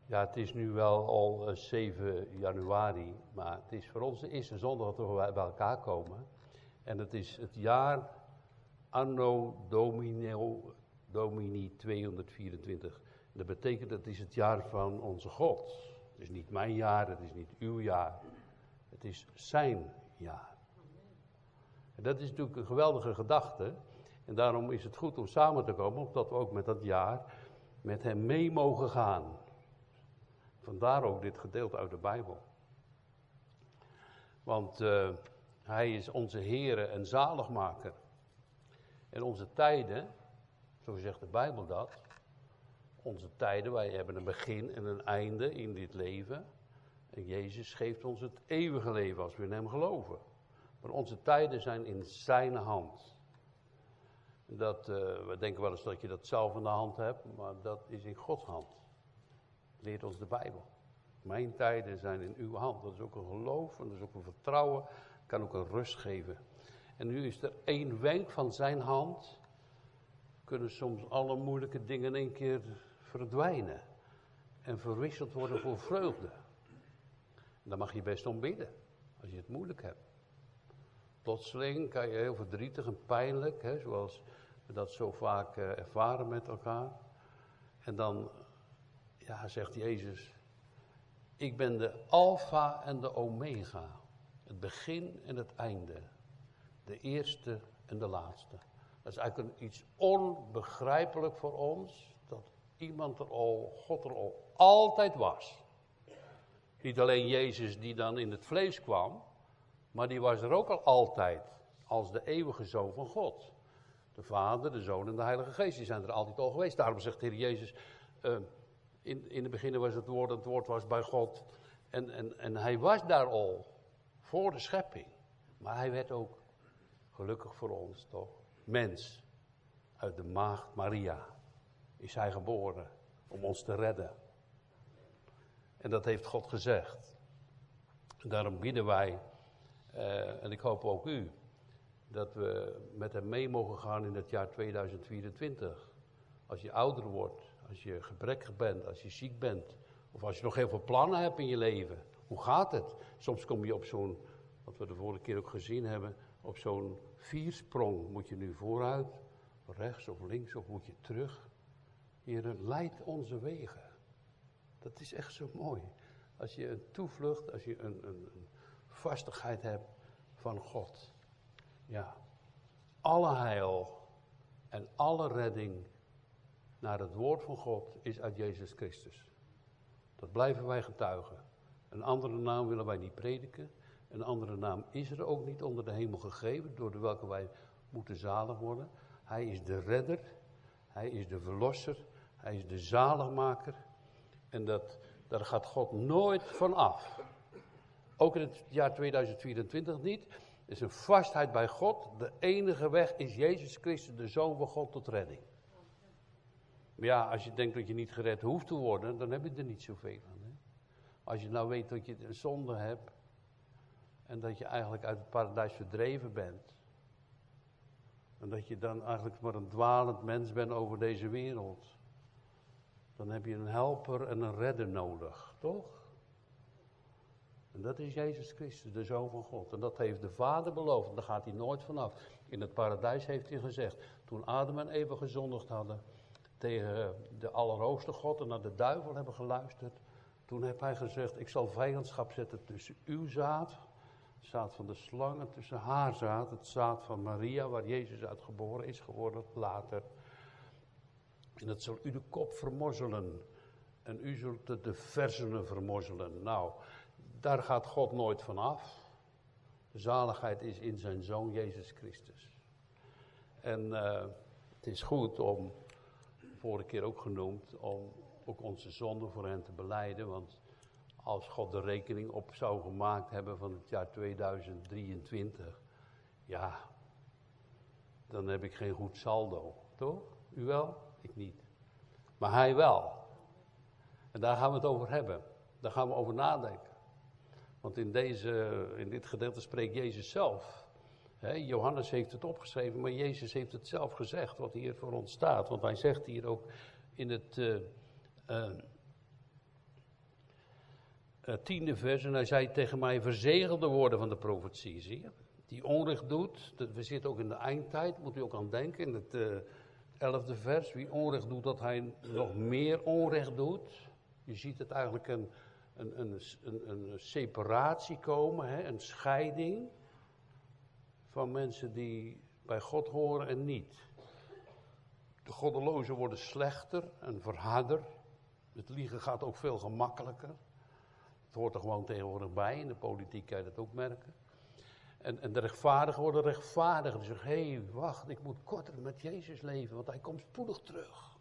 Ja, het is nu wel al 7 januari, maar het is voor ons de eerste zondag dat we bij elkaar komen. En het is het jaar Anno Domini 224. Dat betekent dat het is het jaar van onze God. Het is niet mijn jaar, het is niet uw jaar. Het is zijn jaar. En dat is natuurlijk een geweldige gedachte. En daarom is het goed om samen te komen, omdat we ook met dat jaar met hem mee mogen gaan. Vandaar ook dit gedeelte uit de Bijbel. Want hij is onze Heere en zaligmaker. En onze tijden, zo zegt de Bijbel dat, onze tijden, wij hebben een begin en een einde in dit leven. En Jezus geeft ons het eeuwige leven als we in hem geloven. Maar onze tijden zijn in zijn hand. We denken wel eens dat je dat zelf in de hand hebt, maar dat is in Gods hand. Leert ons de Bijbel. Mijn tijden zijn in uw hand. Dat is ook een geloof en dat is ook een vertrouwen. Kan ook een rust geven. En nu is er één wenk van zijn hand. Kunnen soms alle moeilijke dingen in één keer verdwijnen. En verwisseld worden voor vreugde. En daar mag je best om bidden. Als je het moeilijk hebt. Plotseling kan je heel verdrietig en pijnlijk. Zoals we dat zo vaak ervaren met elkaar. En dan zegt Jezus. Ik ben de alfa en de omega. Het begin en het einde. De eerste en de laatste. Dat is eigenlijk iets onbegrijpelijk voor ons. Dat God er al altijd was. Niet alleen Jezus die dan in het vlees kwam. Maar die was er ook al altijd. Als de eeuwige Zoon van God. De Vader, de Zoon en de Heilige Geest. Die zijn er altijd al geweest. Daarom zegt de Heer Jezus. In het begin was het woord was bij God. En hij was daar al. Voor de schepping. Maar hij werd ook, gelukkig voor ons toch, mens. Uit de maagd Maria is hij geboren om ons te redden. En dat heeft God gezegd. En daarom bidden wij, en ik hoop ook u, dat we met hem mee mogen gaan in het jaar 2024. Als je ouder wordt, als je gebrekkig bent, als je ziek bent, of als je nog heel veel plannen hebt in je leven. Hoe gaat het? Soms kom je op zo'n, wat we de vorige keer ook gezien hebben, op zo'n viersprong. Moet je nu vooruit, rechts of links, of moet je terug? Heer, leid onze wegen. Dat is echt zo mooi. Als je een toevlucht, als je een vastigheid hebt van God. Ja, alle heil en alle redding naar het woord van God is uit Jezus Christus. Dat blijven wij getuigen. Een andere naam willen wij niet prediken. Een andere naam is er ook niet onder de hemel gegeven, door de welke wij moeten zalig worden. Hij is de redder, hij is de verlosser, hij is de zaligmaker. En daar gaat God nooit van af. Ook in het jaar 2024 niet. Er is een vastheid bij God. De enige weg is Jezus Christus, de Zoon van God, tot redding. Maar ja, als je denkt dat je niet gered hoeft te worden, dan heb je er niet zoveel aan. Hè? Als je nou weet dat je een zonde hebt en dat je eigenlijk uit het paradijs verdreven bent. En dat je dan eigenlijk maar een dwalend mens bent over deze wereld. Dan heb je een helper en een redder nodig, toch? En dat is Jezus Christus, de Zoon van God. En dat heeft de Vader beloofd, en daar gaat hij nooit vanaf. In het paradijs heeft hij gezegd, toen Adam en Eva gezondigd hadden tegen de Allerhoogste God en naar de duivel hebben geluisterd. Toen heeft hij gezegd, ik zal vijandschap zetten tussen uw zaad, het zaad van de slang, en tussen haar zaad, het zaad van Maria, waar Jezus uit geboren is geworden later. En dat zal u de kop vermorzelen. En u zult de versenen vermorzelen. Nou, daar gaat God nooit van af. De zaligheid is in zijn Zoon Jezus Christus. En het is goed om, vorige keer ook genoemd, om ook onze zonden voor hen te belijden. Want als God de rekening op zou gemaakt hebben van het jaar 2023, ja, dan heb ik geen goed saldo, toch? U wel? Ik niet. Maar hij wel. En daar gaan we het over hebben. Daar gaan we over nadenken. Want in dit gedeelte spreekt Jezus zelf. Johannes heeft het opgeschreven, maar Jezus heeft het zelf gezegd, wat hier voor ons staat. Want hij zegt hier ook in het 10e vers, en hij zei tegen mij, verzegel de woorden van de profetie, zie je? Die onrecht doet, we zitten ook in de eindtijd, moet u ook aan denken, in het 11e vers. Wie onrecht doet, dat hij nog meer onrecht doet. Je ziet het eigenlijk een separatie komen, hè? Een scheiding van mensen die bij God horen en niet. De goddelozen worden slechter en verharder. Het liegen gaat ook veel gemakkelijker. Het hoort er gewoon tegenwoordig bij. In de politiek kan je dat ook merken. En de rechtvaardigen worden rechtvaardiger. Die zeggen, hé, wacht, ik moet korter met Jezus leven, want hij komt spoedig terug.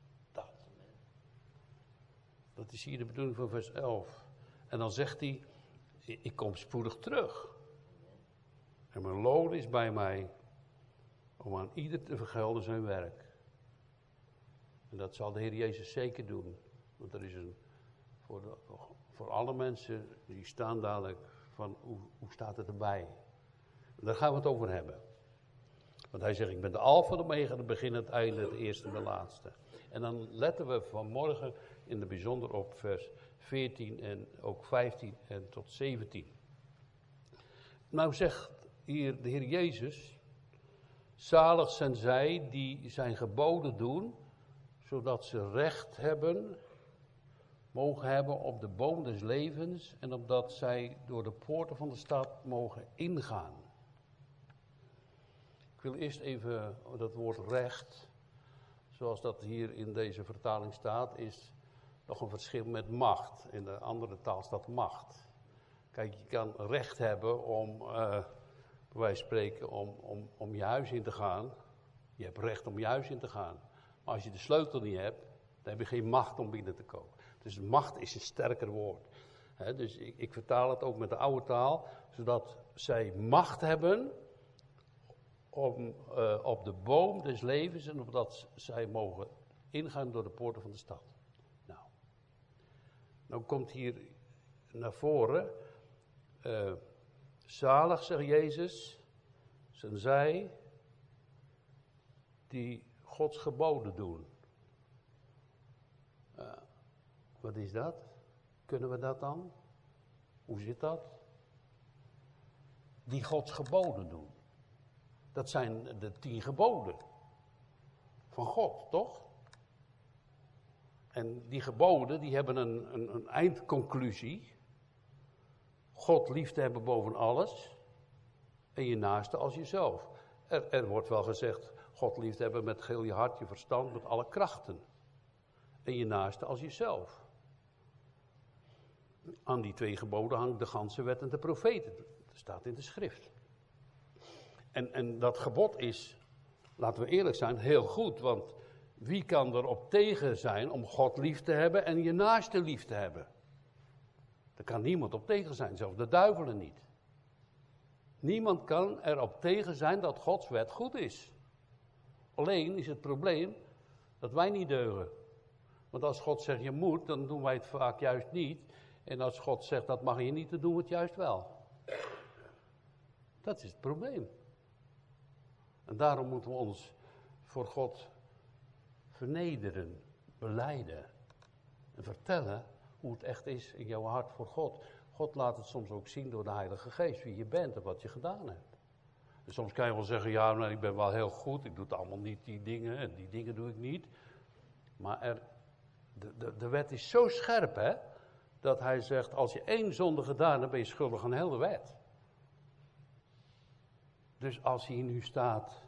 Dat is hier de bedoeling van vers 11. En dan zegt hij, ik kom spoedig terug. En mijn loon is bij mij om aan ieder te vergelden zijn werk. En dat zal de Heer Jezus zeker doen. Want er is voor alle mensen die staan dadelijk van, hoe staat het erbij? En daar gaan we het over hebben. Want hij zegt, ik ben de Alpha en de Omega, het begin, het einde, het eerste en de laatste. En dan letten we vanmorgen in het bijzonder op vers 14 en ook 15 en tot 17. Nou zegt hier de Heer Jezus, zalig zijn zij die zijn geboden doen, zodat ze recht hebben, mogen hebben op de boom des levens en opdat zij door de poorten van de stad mogen ingaan. Ik wil eerst even dat woord recht, zoals dat hier in deze vertaling staat, is nog een verschil met macht. In de andere taal staat macht. Kijk, je kan recht hebben om, bij wijze van spreken, om je huis in te gaan. Je hebt recht om je huis in te gaan. Maar als je de sleutel niet hebt, dan heb je geen macht om binnen te komen. Dus macht is een sterker woord. Dus ik vertaal het ook met de oude taal, zodat zij macht hebben op de boom des levens en opdat zij mogen ingaan door de poorten van de stad. Nou komt hier naar voren, zalig, zegt Jezus, zijn zij die Gods geboden doen. Wat is dat? Kunnen we dat dan? Hoe zit dat? Die Gods geboden doen. Dat zijn de 10 geboden van God, toch? En die geboden, die hebben een eindconclusie. God lief te hebben boven alles. En je naaste als jezelf. Er wordt wel gezegd, God lief te hebben met heel je hart, je verstand, met alle krachten. En je naaste als jezelf. Aan die 2 geboden hangt de ganse wet en de profeten. Dat staat in de schrift. En dat gebod is, laten we eerlijk zijn, heel goed. Want wie kan erop tegen zijn om God lief te hebben en je naaste lief te hebben? Daar kan niemand op tegen zijn, zelfs de duivelen niet. Niemand kan erop tegen zijn dat Gods wet goed is. Alleen is het probleem dat wij niet deugen. Want als God zegt je moet, dan doen wij het vaak juist niet. En als God zegt dat mag je niet, dan doen we het juist wel. Dat is het probleem. En daarom moeten we ons voor God vernederen, belijden en vertellen hoe het echt is in jouw hart voor God. God laat het soms ook zien door de Heilige Geest, wie je bent en wat je gedaan hebt. En soms kan je wel zeggen, ja, nou, ik ben wel heel goed, ik doe het allemaal niet, die dingen, en die dingen doe ik niet. Maar de wet is zo scherp, hè, dat hij zegt, als je 1 zonde gedaan hebt, ben je schuldig aan heel de wet. Dus als hier nu staat,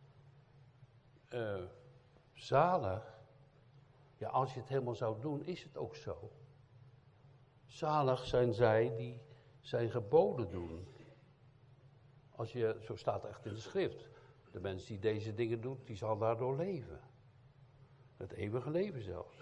zalig, ja, als je het helemaal zou doen, is het ook zo. Zalig zijn zij die zijn geboden doen. Als je, zo staat het echt in de schrift. De mens die deze dingen doet, die zal daardoor leven. Het eeuwige leven zelfs.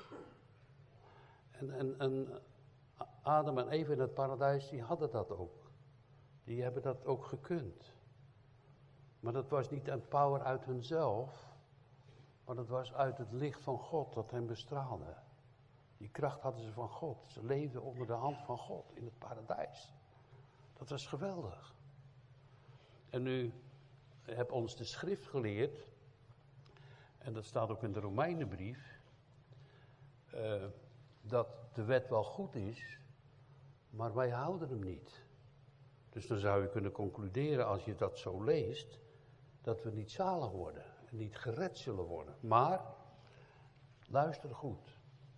En Adam en Eva in het paradijs, die hadden dat ook. Die hebben dat ook gekund. Maar dat was niet een power uit hunzelf, maar dat was uit het licht van God dat hen bestraalde. Die kracht hadden ze van God. Ze leefden onder de hand van God in het paradijs. Dat was geweldig. En nu heb ons de schrift geleerd, en dat staat ook in de Romeinenbrief, dat de wet wel goed is, maar wij houden hem niet. Dus dan zou je kunnen concluderen, als je dat zo leest, dat we niet zalig worden en niet gered zullen worden. Maar, luister goed.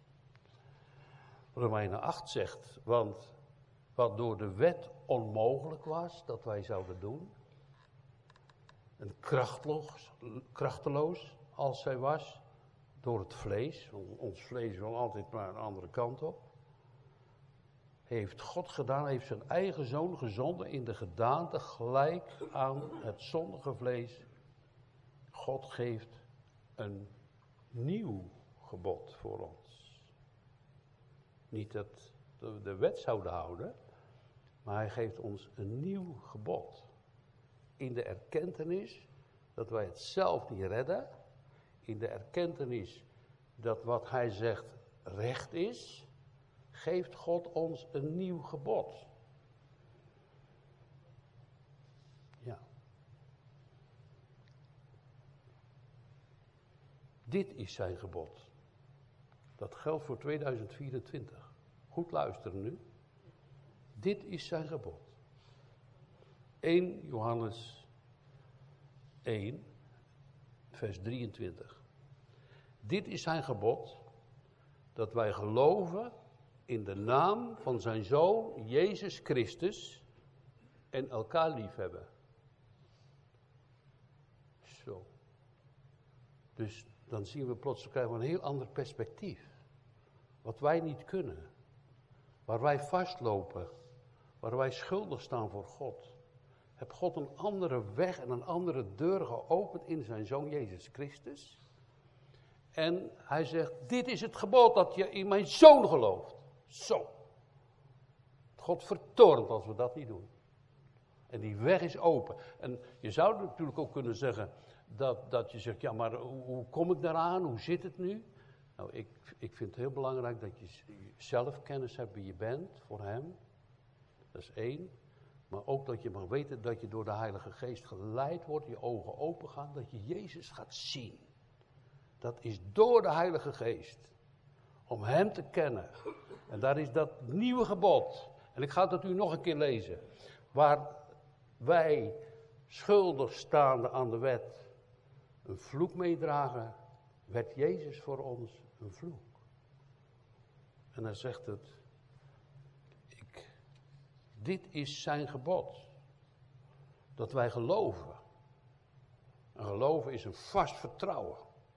Romeinen 8 zegt, want wat door de wet onmogelijk was, dat wij zouden doen, en krachteloos als zij was, door het vlees, ons vlees wil altijd maar een andere kant op, heeft God gedaan, heeft zijn eigen zoon gezonden in de gedaante gelijk aan het zondige vlees. God geeft een nieuw gebod voor ons. Niet dat we de wet zouden houden, maar hij geeft ons een nieuw gebod. In de erkentenis dat wij het zelf niet redden. In de erkentenis dat wat hij zegt recht is, geeft God ons een nieuw gebod. Ja. Dit is zijn gebod. Dat geldt voor 2024. Goed luisteren nu. Dit is zijn gebod. 1 Johannes 1, vers 23. Dit is zijn gebod, dat wij geloven in de naam van zijn Zoon, Jezus Christus, en elkaar liefhebben. Zo. Dus dan zien we plots, krijgen we een heel ander perspectief. Wat wij niet kunnen. Waar wij vastlopen. Waar wij schuldig staan voor God. Heb God een andere weg en een andere deur geopend in zijn Zoon Jezus Christus. En hij zegt, dit is het gebod dat je in mijn Zoon gelooft. Zo. God vertoornt als we dat niet doen. En die weg is open. En je zou natuurlijk ook kunnen zeggen dat je zegt, ja maar hoe kom ik daaraan? Hoe zit het nu? Nou, ik vind het heel belangrijk dat je zelf kennis hebt wie je bent voor hem. Dat is 1. Maar ook dat je mag weten dat je door de Heilige Geest geleid wordt, je ogen open gaan, dat je Jezus gaat zien. Dat is door de Heilige Geest. Om hem te kennen. En daar is dat nieuwe gebod. En ik ga dat u nog een keer lezen. Waar wij schuldig staande aan de wet een vloek meedragen, werd Jezus voor ons een vloek. En hij zegt het. Dit is zijn gebod. Dat wij geloven. En geloven is een vast vertrouwen.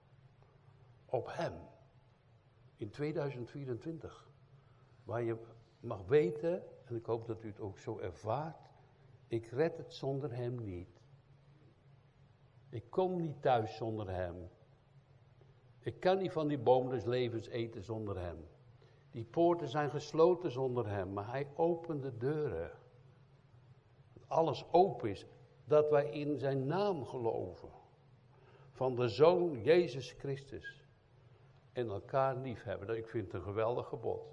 Op hem. In 2024. Waar je mag weten, en ik hoop dat u het ook zo ervaart. Ik red het zonder hem niet. Ik kom niet thuis zonder hem. Ik kan niet van die boom des levens eten zonder hem. Die poorten zijn gesloten zonder hem, maar hij opent de deuren. Dat alles open is, dat wij in zijn naam geloven. Van de Zoon Jezus Christus. En elkaar lief hebben. Ik vind het een geweldig gebod.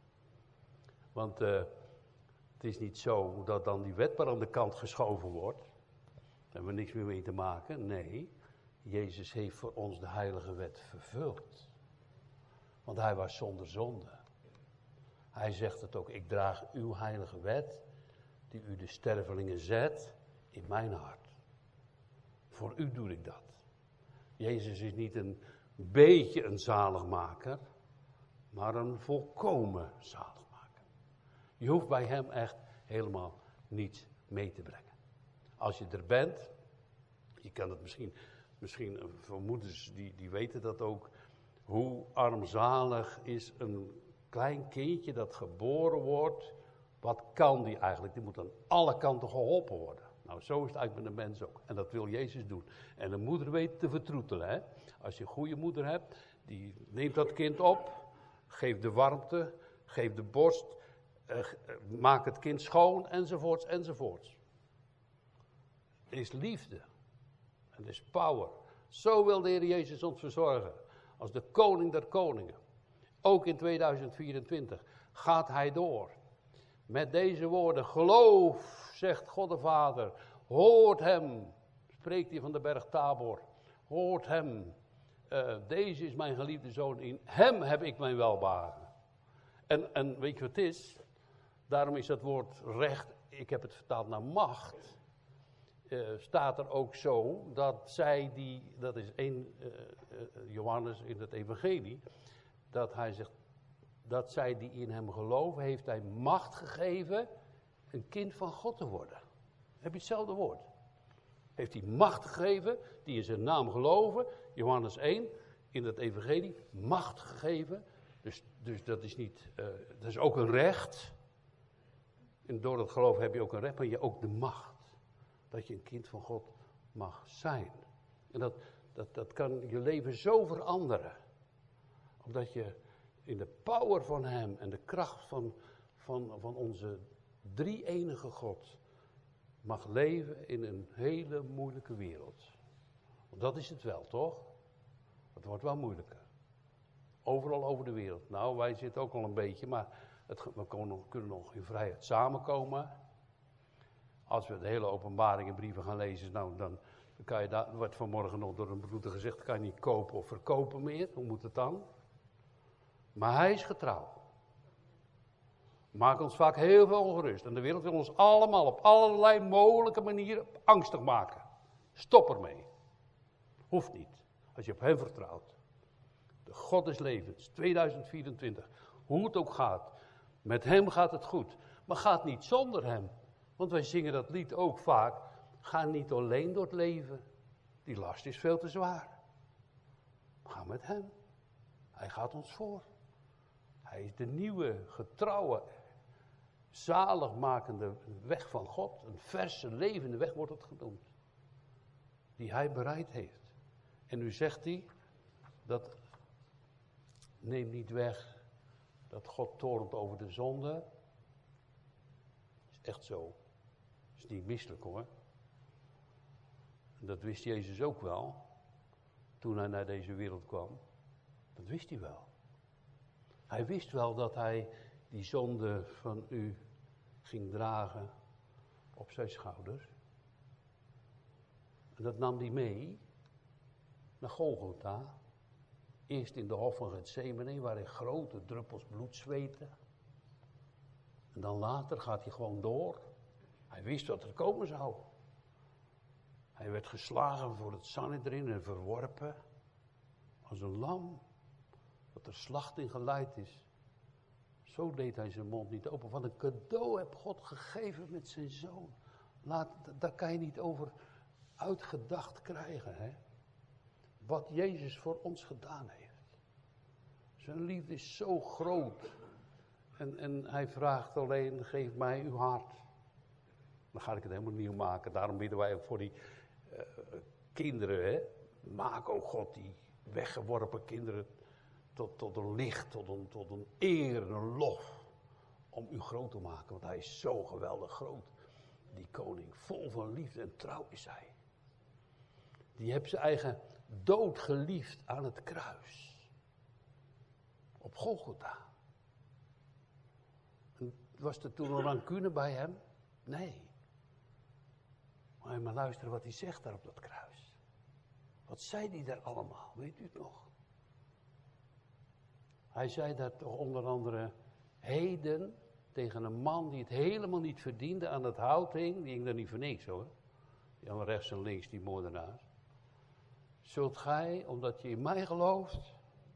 Want het is niet zo dat dan die wet maar aan de kant geschoven wordt. Daar hebben we niks meer mee te maken. Nee, Jezus heeft voor ons de heilige wet vervuld. Want hij was zonder zonde. Hij zegt het ook, ik draag uw heilige wet, die u de stervelingen zet, in mijn hart. Voor u doe ik dat. Jezus is niet een beetje een zaligmaker, maar een volkomen zaligmaker. Je hoeft bij hem echt helemaal niets mee te brengen. Als je er bent, je kan het misschien voor moeders die weten dat ook, hoe armzalig is een klein kindje dat geboren wordt. Wat kan die eigenlijk? Die moet aan alle kanten geholpen worden. Nou, zo is het eigenlijk met een mens ook. En dat wil Jezus doen. En een moeder weet te vertroetelen. Hè? Als je een goede moeder hebt, die neemt dat kind op, geeft de warmte, geeft de borst, maakt het kind schoon, enzovoorts, enzovoorts. Het is liefde. En het is power. Zo wil de Heer Jezus ons verzorgen. Als de koning der koningen. Ook in 2024 gaat hij door. Met deze woorden, geloof, zegt God de Vader. Hoort hem, spreekt hij van de berg Tabor. Hoort hem. Deze is mijn geliefde zoon, in hem heb ik mijn welbehagen. En weet je wat het is? Daarom is dat woord recht, ik heb het vertaald naar macht, staat er ook zo dat zij die, dat is 1 Johannes in het evangelie, dat hij zegt, dat zij die in hem geloven, heeft hij macht gegeven een kind van God te worden. Heb je hetzelfde woord? Heeft hij macht gegeven, die in zijn naam geloven, Johannes 1, in het evangelie, macht gegeven. Dus dat is niet, dat is ook een recht. En door het geloof heb je ook een recht, maar je ook de macht. Dat je een kind van God mag zijn. En dat kan je leven zo veranderen. Omdat je in de power van hem en de kracht van onze drie-enige God mag leven in een hele moeilijke wereld. Want dat is het wel, toch? Het wordt wel moeilijker. Overal over de wereld. Nou, wij zitten ook al een beetje, maar we kunnen nog in vrijheid samenkomen. Als we de hele openbaringenbrieven gaan lezen, nou, dan kan je daar, wordt vanmorgen nog door een broeder gezegd, kan je niet kopen of verkopen meer. Hoe moet het dan? Maar hij is getrouw. Maakt ons vaak heel veel ongerust. En de wereld wil ons allemaal op allerlei mogelijke manieren angstig maken. Stop ermee. Hoeft niet. Als je op hem vertrouwt. De God des levens, 2024. Hoe het ook gaat. Met hem gaat het goed. Maar gaat niet zonder hem. Want wij zingen dat lied ook vaak. Ga niet alleen door het leven. Die last is veel te zwaar. Ga met hem. Hij gaat ons voor. Hij is de nieuwe, getrouwe, zaligmakende weg van God. Een verse, levende weg wordt het genoemd. Die hij bereid heeft. En nu zegt hij, dat neemt niet weg dat God toornt over de zonde. Is echt zo. Is niet misselijk hoor. En dat wist Jezus ook wel. Toen hij naar deze wereld kwam. Dat wist hij wel. Hij wist wel dat hij die zonde van u ging dragen op zijn schouders. En dat nam hij mee naar Golgotha. Eerst in de hof van Getsemane, waar hij grote druppels bloed zweette. En dan later gaat hij gewoon door. Hij wist wat er komen zou. Hij werd geslagen voor het Sanhedrin en verworpen. Als een lam. Dat er slachting geleid is. Zo deed hij zijn mond niet open. Wat een cadeau heb God gegeven met zijn zoon. Daar kan je niet over uitgedacht krijgen. Hè? Wat Jezus voor ons gedaan heeft. Zijn liefde is zo groot. En hij vraagt alleen, geef mij uw hart. Dan ga ik het helemaal nieuw maken. Daarom bidden wij ook voor die kinderen. Hè? Maak ook God die weggeworpen kinderen tot een licht, tot een eer en een lof. Om u groot te maken, want hij is zo geweldig groot. Die koning, vol van liefde en trouw is hij. Die heeft zijn eigen dood geliefd aan het kruis. Op Golgotha. En was er toen een rancune bij hem? Nee. Maar luister wat hij zegt daar op dat kruis. Wat zei hij daar allemaal, weet u het nog? Hij zei daar toch onder andere heden tegen een man die het helemaal niet verdiende aan het hout hing. Die hing daar niet voor niks hoor. Die aan rechts en links, die moordenaars. Zult gij, omdat je in mij gelooft,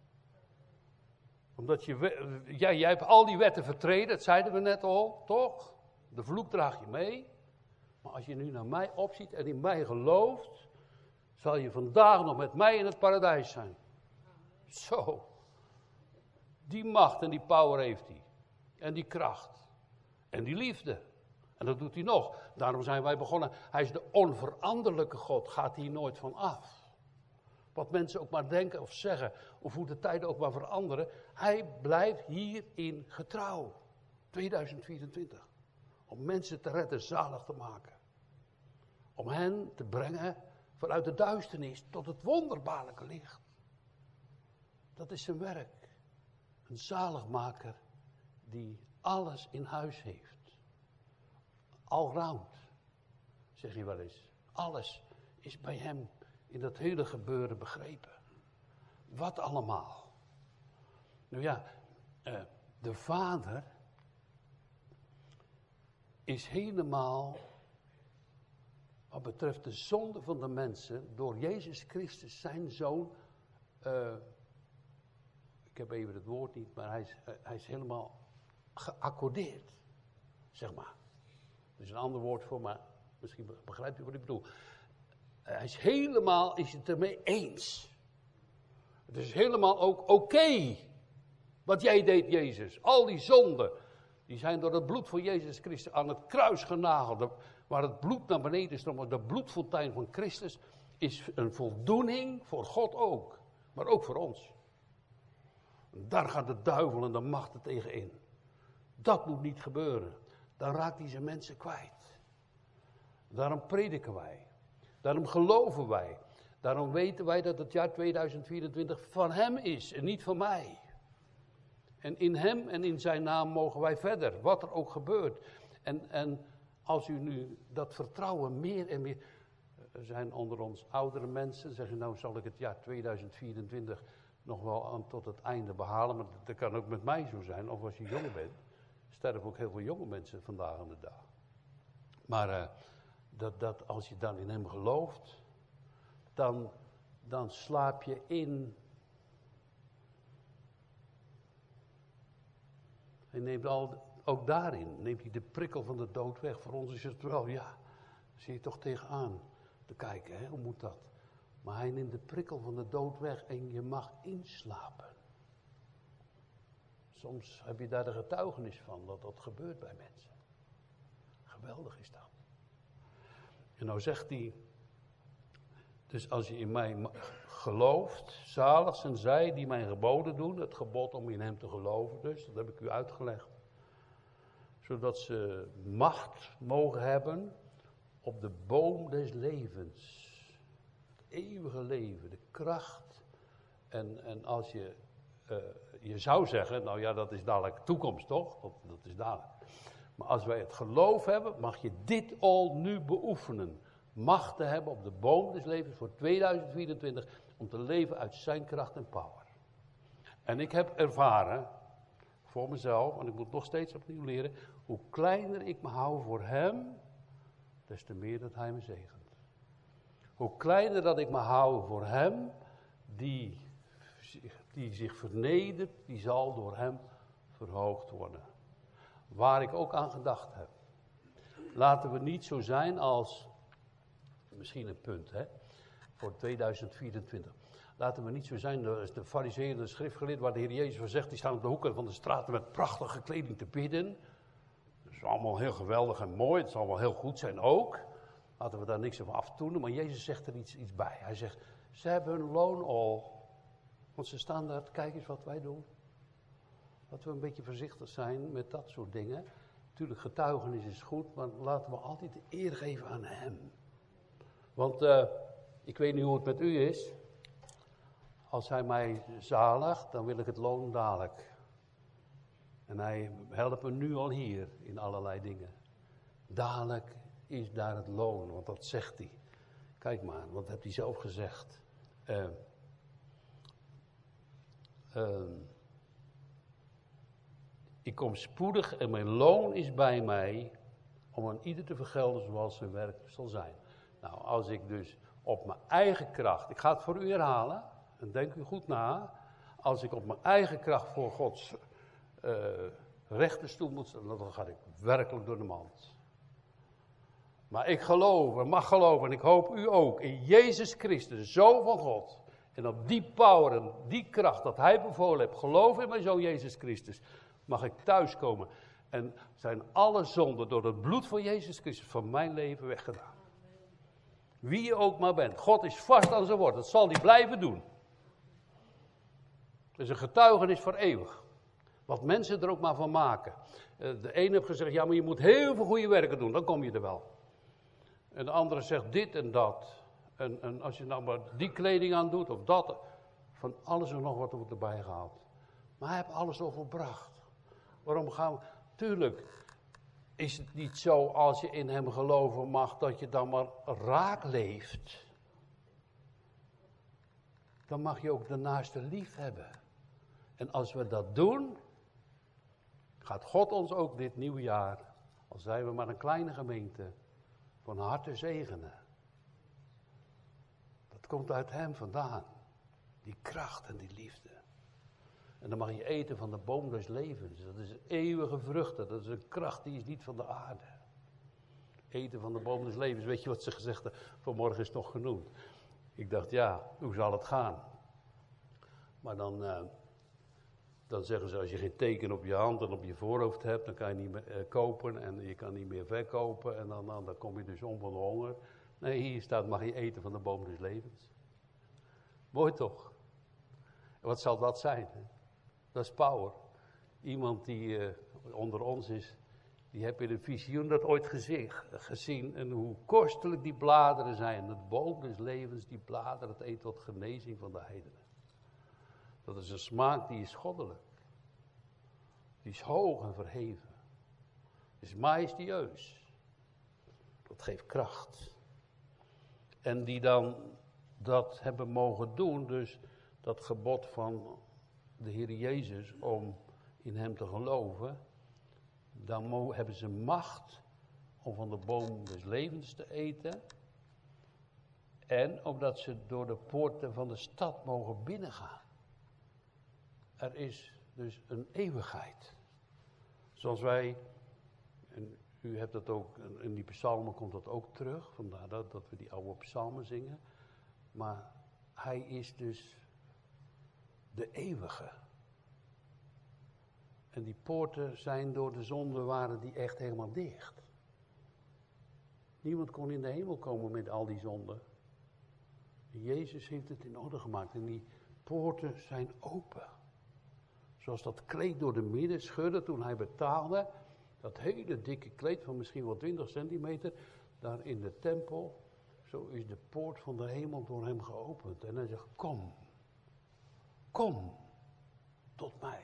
omdat jij hebt al die wetten vertreden, dat zeiden we net al, toch? De vloek draag je mee. Maar als je nu naar mij opziet en in mij gelooft, zal je vandaag nog met mij in het paradijs zijn. Zo. Die macht en die power heeft hij. En die kracht. En die liefde. En dat doet hij nog. Daarom zijn wij begonnen. Hij is de onveranderlijke God. Gaat hier nooit van af. Wat mensen ook maar denken of zeggen. Of hoe de tijden ook maar veranderen. Hij blijft hierin getrouw. 2024. Om mensen te redden, zalig te maken. Om hen te brengen vanuit de duisternis tot het wonderbaarlijke licht. Dat is zijn werk. Een zaligmaker die alles in huis heeft. Allround, zeg je wel eens. Alles is bij hem in dat hele gebeuren begrepen. Wat allemaal. Nou ja, de Vader, is helemaal, wat betreft de zonde van de mensen, door Jezus Christus, zijn Zoon, ik heb even het woord niet, maar hij is helemaal geaccordeerd, zeg maar. Er is een ander woord voor, maar misschien begrijpt u wat ik bedoel. Hij is het ermee eens. Het is helemaal ook oké. Wat jij deed, Jezus. Al die zonden, die zijn door het bloed van Jezus Christus aan het kruis genageld. Waar het bloed naar beneden stroomt, de bloedfontein van Christus, is een voldoening voor God ook. Maar ook voor ons. Daar gaat de duivel en de machten tegen in. Dat moet niet gebeuren. Dan raakt hij zijn mensen kwijt. Daarom prediken wij. Daarom geloven wij. Daarom weten wij dat het jaar 2024 van hem is en niet van mij. En in hem en in zijn naam mogen wij verder, wat er ook gebeurt. En als u nu dat vertrouwen meer en meer... Er zijn onder ons oudere mensen, zeggen nou zal ik het jaar 2024 nog wel tot het einde behalen. Maar dat kan ook met mij zo zijn, of als je jong bent. Er sterven ook heel veel jonge mensen vandaag aan de dag. Maar dat als je dan in hem gelooft, dan slaap je in. Hij neemt ook daarin, neemt hij de prikkel van de dood weg. Voor ons is het wel, ja, zie je toch tegenaan te kijken, hè? Hoe moet dat? Maar hij neemt de prikkel van de dood weg en je mag inslapen. Soms heb je daar de getuigenis van, dat dat gebeurt bij mensen. Geweldig is dat. En nou zegt hij, dus als je in mij gelooft, zalig zijn zij die mijn geboden doen, het gebod om in hem te geloven dus, dat heb ik u uitgelegd. Zodat ze macht mogen hebben op de boom des levens. Het eeuwige leven, de kracht. En als je zou zeggen, nou ja, dat is dadelijk toekomst toch? Dat is dadelijk. Maar als wij het geloof hebben, mag je dit al nu beoefenen. Macht te hebben op de boom des levens voor 2024 om te leven uit zijn kracht en power. En ik heb ervaren, voor mezelf, want ik moet nog steeds opnieuw leren, hoe kleiner ik me hou voor hem, des te meer dat hij me zegent. Hoe kleiner dat ik me hou voor hem, die zich vernedert, die zal door hem verhoogd worden. Waar ik ook aan gedacht heb. Laten we niet zo zijn als, misschien een punt hè, voor 2024. Laten we niet zo zijn als de farizeeën en de schriftgeleerden, waar de Heer Jezus van zegt, die staan op de hoeken van de straten met prachtige kleding te bidden. Dat is allemaal heel geweldig en mooi, het zal wel heel goed zijn ook. Laten we daar niks over afdoen, maar Jezus zegt er iets bij. Hij zegt, ze hebben hun loon al, want ze staan daar, kijk eens wat wij doen. Laten we een beetje voorzichtig zijn met dat soort dingen. Natuurlijk, getuigenis is goed, maar laten we altijd de eer geven aan hem. Want ik weet niet hoe het met u is. Als hij mij zaligt, dan wil ik het loon dadelijk. En hij helpt me nu al hier in allerlei dingen. Dadelijk is daar het loon, want dat zegt hij. Kijk maar, wat heeft hij zelf gezegd. Ik kom spoedig en mijn loon is bij mij om aan ieder te vergelden zoals zijn werk zal zijn. Nou, als ik dus op mijn eigen kracht, ik ga het voor u herhalen, en denk u goed na. Als ik op mijn eigen kracht voor Gods rechterstoel moet staan, dan ga ik werkelijk door de mand. Maar ik geloof en mag geloven, en ik hoop u ook, in Jezus Christus, de Zoon van God. En op die power en die kracht dat hij bevolen heeft, geloof in mijn Zoon Jezus Christus, mag ik thuiskomen. En zijn alle zonden door het bloed van Jezus Christus van mijn leven weggedaan. Wie je ook maar bent. God is vast aan zijn woord. Dat zal hij blijven doen. Het is een getuigenis voor eeuwig. Wat mensen er ook maar van maken. De ene heeft gezegd, ja maar je moet heel veel goede werken doen. Dan kom je er wel. En de andere zegt dit en dat. En als je nou maar die kleding aan doet of dat. Van alles en nog wat wordt erbij gehaald. Maar hij heeft alles al volbracht. Waarom gaan we... Tuurlijk is het niet zo als je in hem geloven mag dat je dan maar raak leeft. Dan mag je ook de naaste lief hebben. En als we dat doen, gaat God ons ook dit nieuwe jaar Al zijn we maar een kleine gemeente, van harte zegenen. Dat komt uit hem vandaan. Die kracht en die liefde. En dan mag je eten van de boom des levens. Dat is eeuwige vruchten. Dat is een kracht die is niet van de aarde. Eten van de boom des levens. Weet je wat ze gezegd hebben? Vanmorgen is nog genoemd. Ik dacht, ja, hoe zal het gaan? Maar dan zeggen ze, als je geen teken op je hand en op je voorhoofd hebt, dan kan je niet meer kopen en je kan niet meer verkopen. En dan kom je dus om van de honger. Nee, hier staat, mag je eten van de boom des levens. Mooi toch? En wat zal dat zijn? Hè? Dat is power. Iemand die onder ons is, die heb in een visioen dat ooit gezien. En hoe kostelijk die bladeren zijn. De boom des levens, die bladeren, het eet tot genezing van de heidenen. Dat is een smaak die is goddelijk. Die is hoog en verheven. Die is majestueus. Dat geeft kracht. En die dan dat hebben mogen doen, dus dat gebod van de Heer Jezus om in hem te geloven, dan hebben ze macht om van de boom des levens te eten. En omdat ze door de poorten van de stad mogen binnengaan. Er is dus een eeuwigheid. Zoals wij, en u hebt dat ook, in die psalmen komt dat ook terug, vandaar dat we die oude psalmen zingen. Maar hij is dus de eeuwige. En die poorten zijn door de zonde, waren die echt helemaal dicht. Niemand kon in de hemel komen met al die zonden. Jezus heeft het in orde gemaakt en die poorten zijn open. Zoals dat kleed door de midden scheurde toen hij betaalde. Dat hele dikke kleed van misschien wel 20 centimeter. Daar in de tempel. Zo is de poort van de hemel door hem geopend. En hij zegt, kom. Kom tot mij.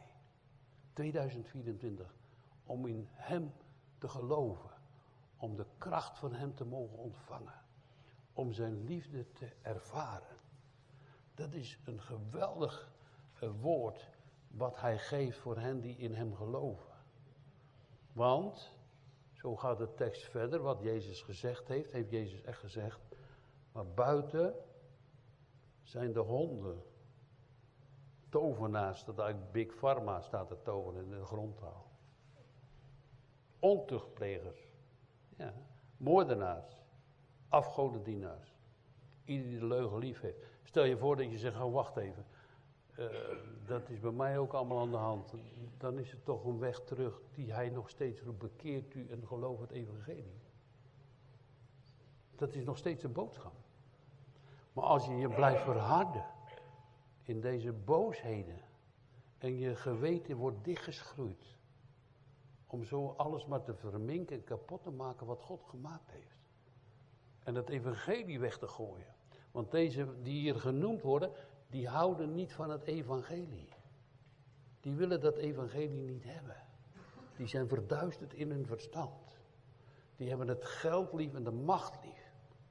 2024. Om in hem te geloven. Om de kracht van hem te mogen ontvangen. Om zijn liefde te ervaren. Dat is een geweldig woord wat hij geeft voor hen die in hem geloven. Want, zo gaat de tekst verder, wat Jezus gezegd heeft Jezus echt gezegd. Maar buiten zijn de honden. Tovenaars, dat eigenlijk Big Pharma staat te toveren in de grondtaal. Ontuchtplegers. Ja, moordenaars. Afgodendienaars. Ieder die de leugen lief heeft. Stel je voor dat je zegt, oh, wacht even. Dat is bij mij ook allemaal aan de hand. Dan is het toch een weg terug die hij nog steeds roept. Bekeert u en geloof het evangelie. Dat is nog steeds een boodschap. Maar als je je blijft verharden in deze boosheden en je geweten wordt dichtgeschroeid om zo alles maar te verminken en kapot te maken wat God gemaakt heeft. En het evangelie weg te gooien. Want deze die hier genoemd worden, die houden niet van het evangelie. Die willen dat evangelie niet hebben. Die zijn verduisterd in hun verstand. Die hebben het geld lief en de macht lief.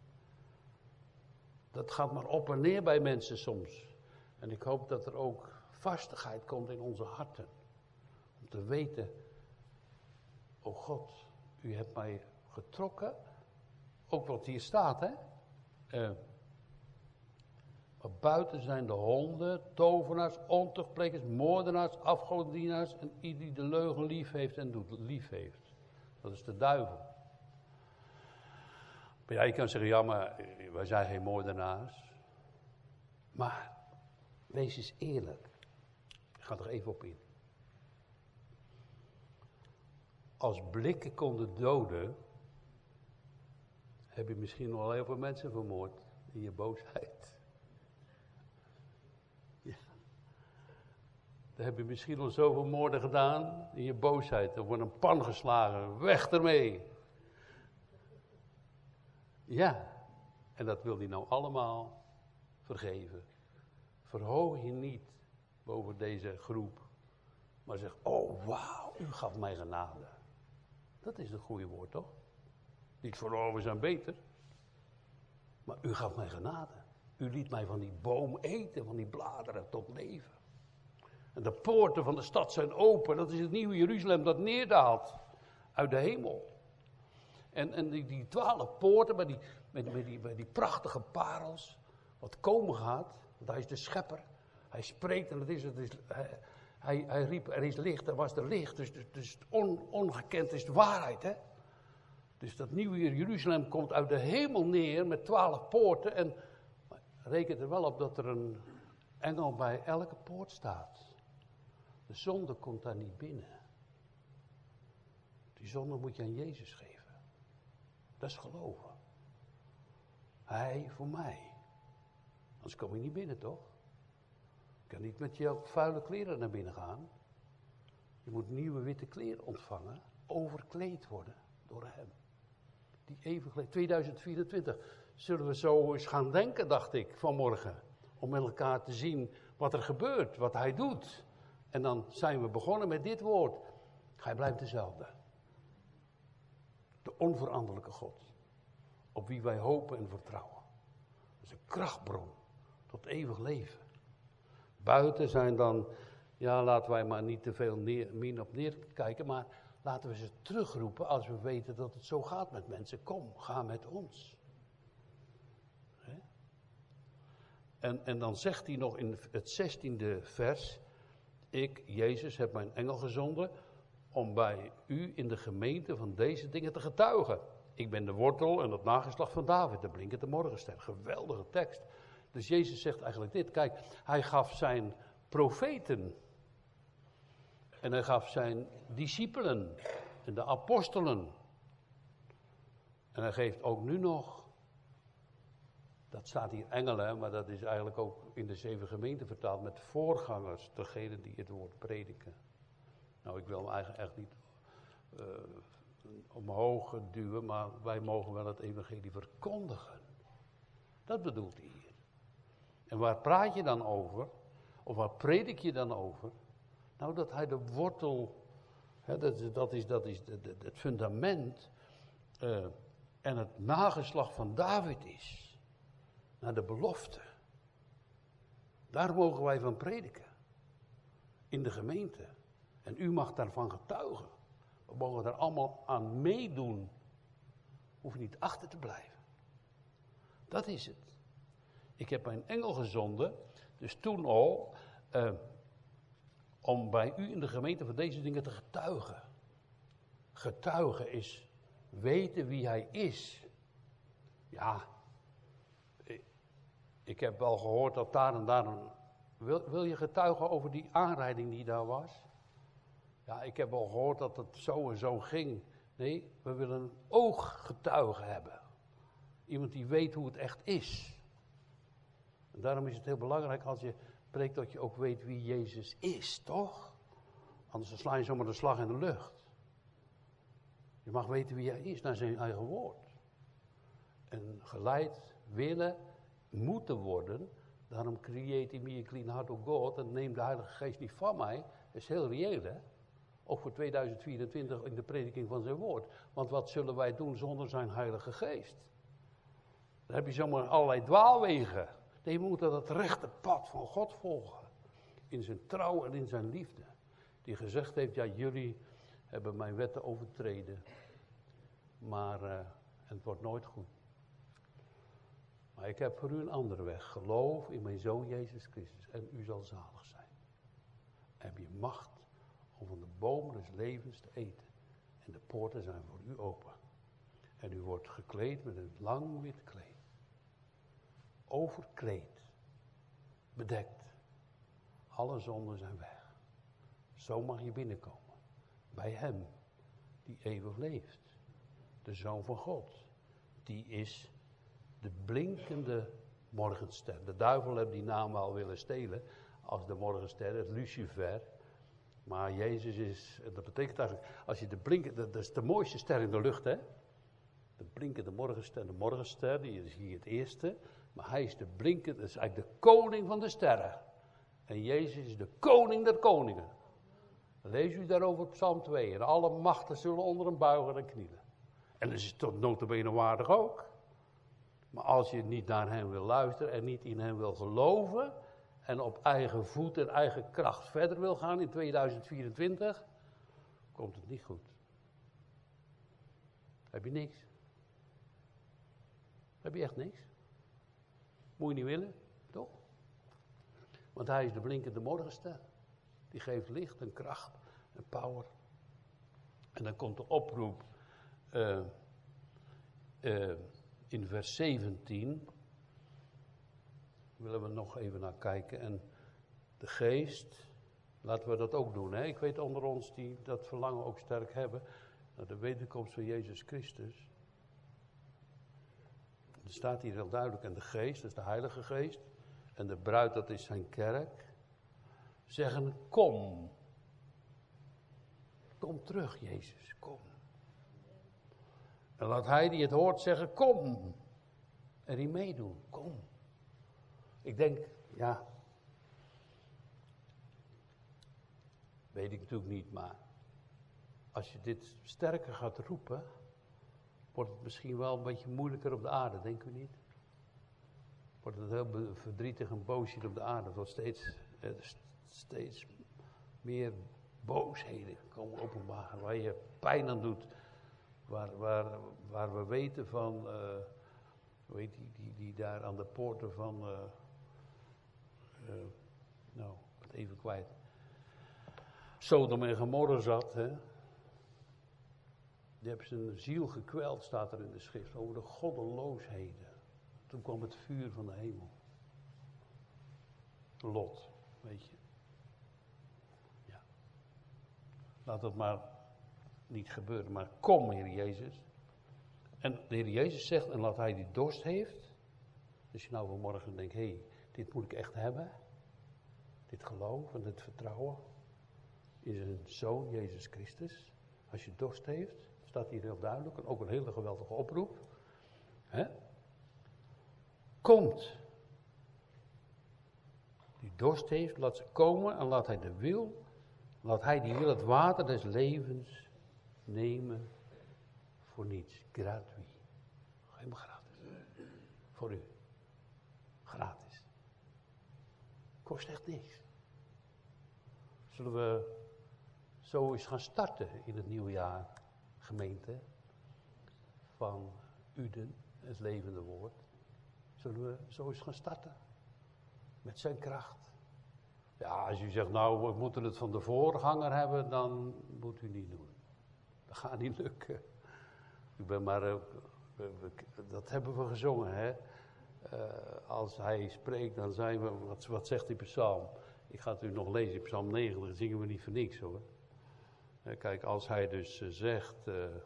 Dat gaat maar op en neer bij mensen soms. En ik hoop dat er ook vastigheid komt in onze harten. Om te weten, o God, u hebt mij getrokken. Ook wat hier staat, hè. Maar buiten zijn de honden, tovenaars, ontuchtplegers, moordenaars, afgodendienaars en ieder die de leugen lief heeft en doet, lief heeft. Dat is de duivel. Maar ja, je kan zeggen, ja, maar wij zijn geen moordenaars. Maar, wees eens eerlijk. Ik ga er even op in. Als blikken konden doden, heb je misschien nog wel heel veel mensen vermoord in je boosheid. Ja. Dan heb je misschien al zoveel moorden gedaan in je boosheid. Er wordt een pan geslagen, weg ermee. Ja, en dat wil hij nou allemaal vergeven. Verhoog je niet boven deze groep, maar zeg, oh wauw, u gaf mij genade. Dat is een goede woord, toch? Niet voor oh, we zijn beter. Maar u gaf mij genade. U liet mij van die boom eten, van die bladeren tot leven. En de poorten van de stad zijn open. Dat is het nieuwe Jeruzalem dat neerdaalt uit de hemel. En die 12 poorten met die prachtige parels. Wat komen gaat, want hij is de schepper. Hij spreekt en hij riep, er is licht, er was er licht. Dus ongekend is de waarheid, hè. Dus dat nieuwe Jeruzalem komt uit de hemel neer met 12 poorten. En reken er wel op dat er een engel bij elke poort staat. De zonde komt daar niet binnen. Die zonde moet je aan Jezus geven. Dat is geloven. Hij voor mij. Anders kom je niet binnen, toch? Je kan niet met jouw vuile kleren naar binnen gaan. Je moet nieuwe witte kleren ontvangen. Overkleed worden door hem. Die eeuwig 2024 zullen we zo eens gaan denken, dacht ik, vanmorgen. Om met elkaar te zien wat er gebeurt, wat hij doet. En dan zijn we begonnen met dit woord. Hij blijft dezelfde. De onveranderlijke God. Op wie wij hopen en vertrouwen. Dat is een krachtbron tot eeuwig leven. Buiten zijn dan, ja, laten wij maar niet te veel min op neerkijken, maar laten we ze terugroepen als we weten dat het zo gaat met mensen. Kom, ga met ons. He? En dan zegt hij nog in het 16e vers, ik, Jezus, heb mijn engel gezonden om bij u in de gemeente van deze dingen te getuigen. Ik ben de wortel en het nageslacht van David, de blinkende morgenster. Geweldige tekst. Dus Jezus zegt eigenlijk dit, kijk, hij gaf zijn profeten en hij gaf zijn discipelen en de apostelen. En hij geeft ook nu nog, dat staat hier engelen, maar dat is eigenlijk ook in de 7 gemeenten vertaald met voorgangers, degenen die het woord prediken. Nou, ik wil hem eigenlijk echt niet omhoog duwen, maar wij mogen wel het evangelie verkondigen. Dat bedoelt hij hier. En waar praat je dan over? Of waar predik je dan over? Nou, dat hij de wortel, dat is het fundament en het nageslacht van David is. Naar de belofte. Daar mogen wij van prediken. In de gemeente. En u mag daarvan getuigen. We mogen daar allemaal aan meedoen. Hoef je niet achter te blijven. Dat is het. Ik heb mijn engel gezonden, dus toen al, om bij u in de gemeente van deze dingen te getuigen. Getuigen is weten wie hij is. Ja, ik heb wel gehoord dat daar en daar wil je getuigen over die aanrijding die daar was? Ja, ik heb wel gehoord dat het zo en zo ging. Nee, we willen een ooggetuige hebben. Iemand die weet hoe het echt is. En daarom is het heel belangrijk als je preekt dat je ook weet wie Jezus is, toch? Anders dan sla je zomaar de slag in de lucht. Je mag weten wie hij is naar zijn eigen woord. En geleid willen, moeten worden. Daarom create me a clean heart, O God. En neem de Heilige Geest niet van mij. Dat is heel reëel, hè? Ook voor 2024 in de prediking van zijn woord. Want wat zullen wij doen zonder zijn Heilige Geest? Dan heb je zomaar allerlei dwaalwegen. Nee, we moeten dat rechte pad van God volgen. In zijn trouw en in zijn liefde. Die gezegd heeft, ja, jullie hebben mijn wetten overtreden. Maar het wordt nooit goed. Maar ik heb voor u een andere weg. Geloof in mijn Zoon Jezus Christus en u zal zalig zijn. Heb je macht om van de bomen des levens te eten. En de poorten zijn voor u open. En u wordt gekleed met een lang wit kleed. Overkleed. Bedekt. Alle zonden zijn weg. Zo mag je binnenkomen. Bij hem die eeuwig leeft. De Zoon van God. Die is de blinkende morgenster. De duivel heeft die naam wel willen stelen als de morgenster, het Lucifer. Maar Jezus is, dat betekent eigenlijk, als je de blinkende, dat is de mooiste ster in de lucht, hè. De blinkende morgenster, die is hier het eerste. Maar hij is de blinkende, dat is eigenlijk de koning van de sterren. En Jezus is de koning der koningen. Lees u daarover op Psalm 2. En alle machten zullen onder hem buigen en knielen. En dat is tot nota bene waardig ook. Maar als je niet naar hem wil luisteren en niet in hem wil geloven en op eigen voet en eigen kracht verder wil gaan in 2024, komt het niet goed. heb je niks. Heb je echt niks. Moet je niet willen, toch? Want hij is de blinkende morgenster. Die geeft licht en kracht en power. En dan komt de oproep in vers 17. Willen we nog even naar kijken. En de geest, laten we dat ook doen. Hè? Ik weet onder ons die dat verlangen ook sterk hebben. Naar de wederkomst van Jezus Christus. Er staat hier heel duidelijk. En de geest, dat is de Heilige Geest. En de bruid, dat is zijn kerk. Zeggen, kom. Kom terug, Jezus, kom. En laat hij die het hoort zeggen, kom. En die meedoen, kom. Ik denk, ja. Weet ik natuurlijk niet, maar. Als je dit sterker gaat roepen. Wordt het misschien wel een beetje moeilijker op de aarde, denken we niet? Wordt het heel verdrietig en boos hier op de aarde. Het wordt steeds meer boosheden komen openbaar. Waar je pijn aan doet. Waar we weten van, hoe heet die daar aan de poorten van, nou, ik ben het even kwijt. Sodom en Gomorra zat, hè. Die hebben zijn ziel gekweld, staat er in de schrift, over de goddeloosheden. Toen kwam het vuur van de hemel. Lot, weet je. Ja. Laat dat maar niet gebeuren, maar kom, Heer Jezus. En de Heer Jezus zegt, en laat hij die dorst heeft. Dus je nou vanmorgen denkt, hé, dit moet ik echt hebben. Dit geloof en dit vertrouwen in zijn Zoon, Jezus Christus. Als je dorst heeft, staat hier heel duidelijk, en ook een hele geweldige oproep. Hè? Komt. Die dorst heeft, laat ze komen en laat hij die wil het water des levens nemen voor niets. Gratuit. Helemaal gratis. Voor u. Gratis. Kost echt niks. Zullen we zo eens gaan starten in het nieuwe jaar, gemeente, van Uden, het levende woord. Zullen we zo eens gaan starten? Met zijn kracht. Ja, als u zegt, nou, we moeten het van de voorganger hebben, dan moet u niet doen. Dat gaat niet lukken. Ik ben maar, dat hebben we gezongen, hè. Als hij spreekt, dan zijn we, wat zegt die psalm? Ik ga het u nog lezen, in psalm 90, dat zingen we niet voor niks, hoor. Kijk, als hij dus zegt,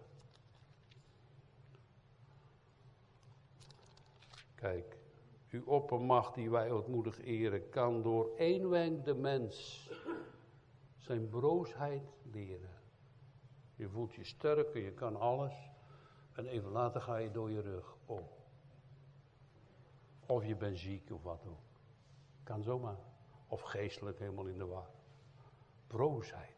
kijk, uw oppermacht die wij ootmoedig eren, kan door één wenk de mens zijn broosheid leren. Je voelt je sterk en je kan alles. En even later ga je door je rug om. Of je bent ziek of wat ook. Kan zomaar. Of geestelijk helemaal in de war. Broosheid.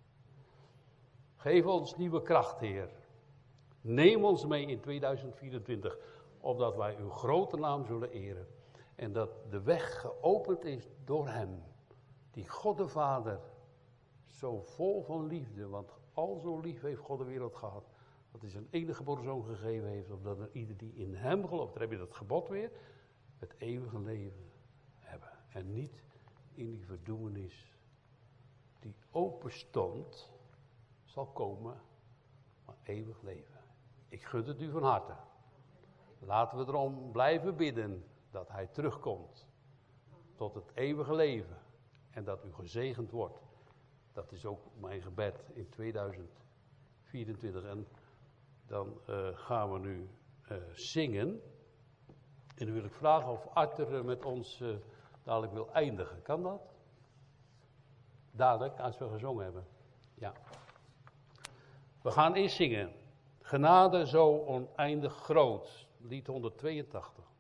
Geef ons nieuwe kracht, Heer. Neem ons mee in 2024, opdat wij uw grote naam zullen eren. En dat de weg geopend is door hem, die God de Vader, zo vol van liefde, want al zo lief heeft God de wereld gehad, dat hij zijn enige geboren zoon gegeven heeft, opdat er ieder die in hem gelooft, daar heb je dat gebod weer, het eeuwige leven hebben. En niet in die verdoemenis die open stond, zal komen, maar eeuwig leven. Ik gun het u van harte. Laten we erom blijven bidden dat hij terugkomt tot het eeuwige leven en dat u gezegend wordt. Dat is ook mijn gebed in 2024. En dan gaan we nu zingen. En dan wil ik vragen of Arthur met ons dadelijk wil eindigen. Kan dat? Dadelijk, als we gezongen hebben. Ja. We gaan eerst zingen. Genade zo oneindig groot. Lied 182.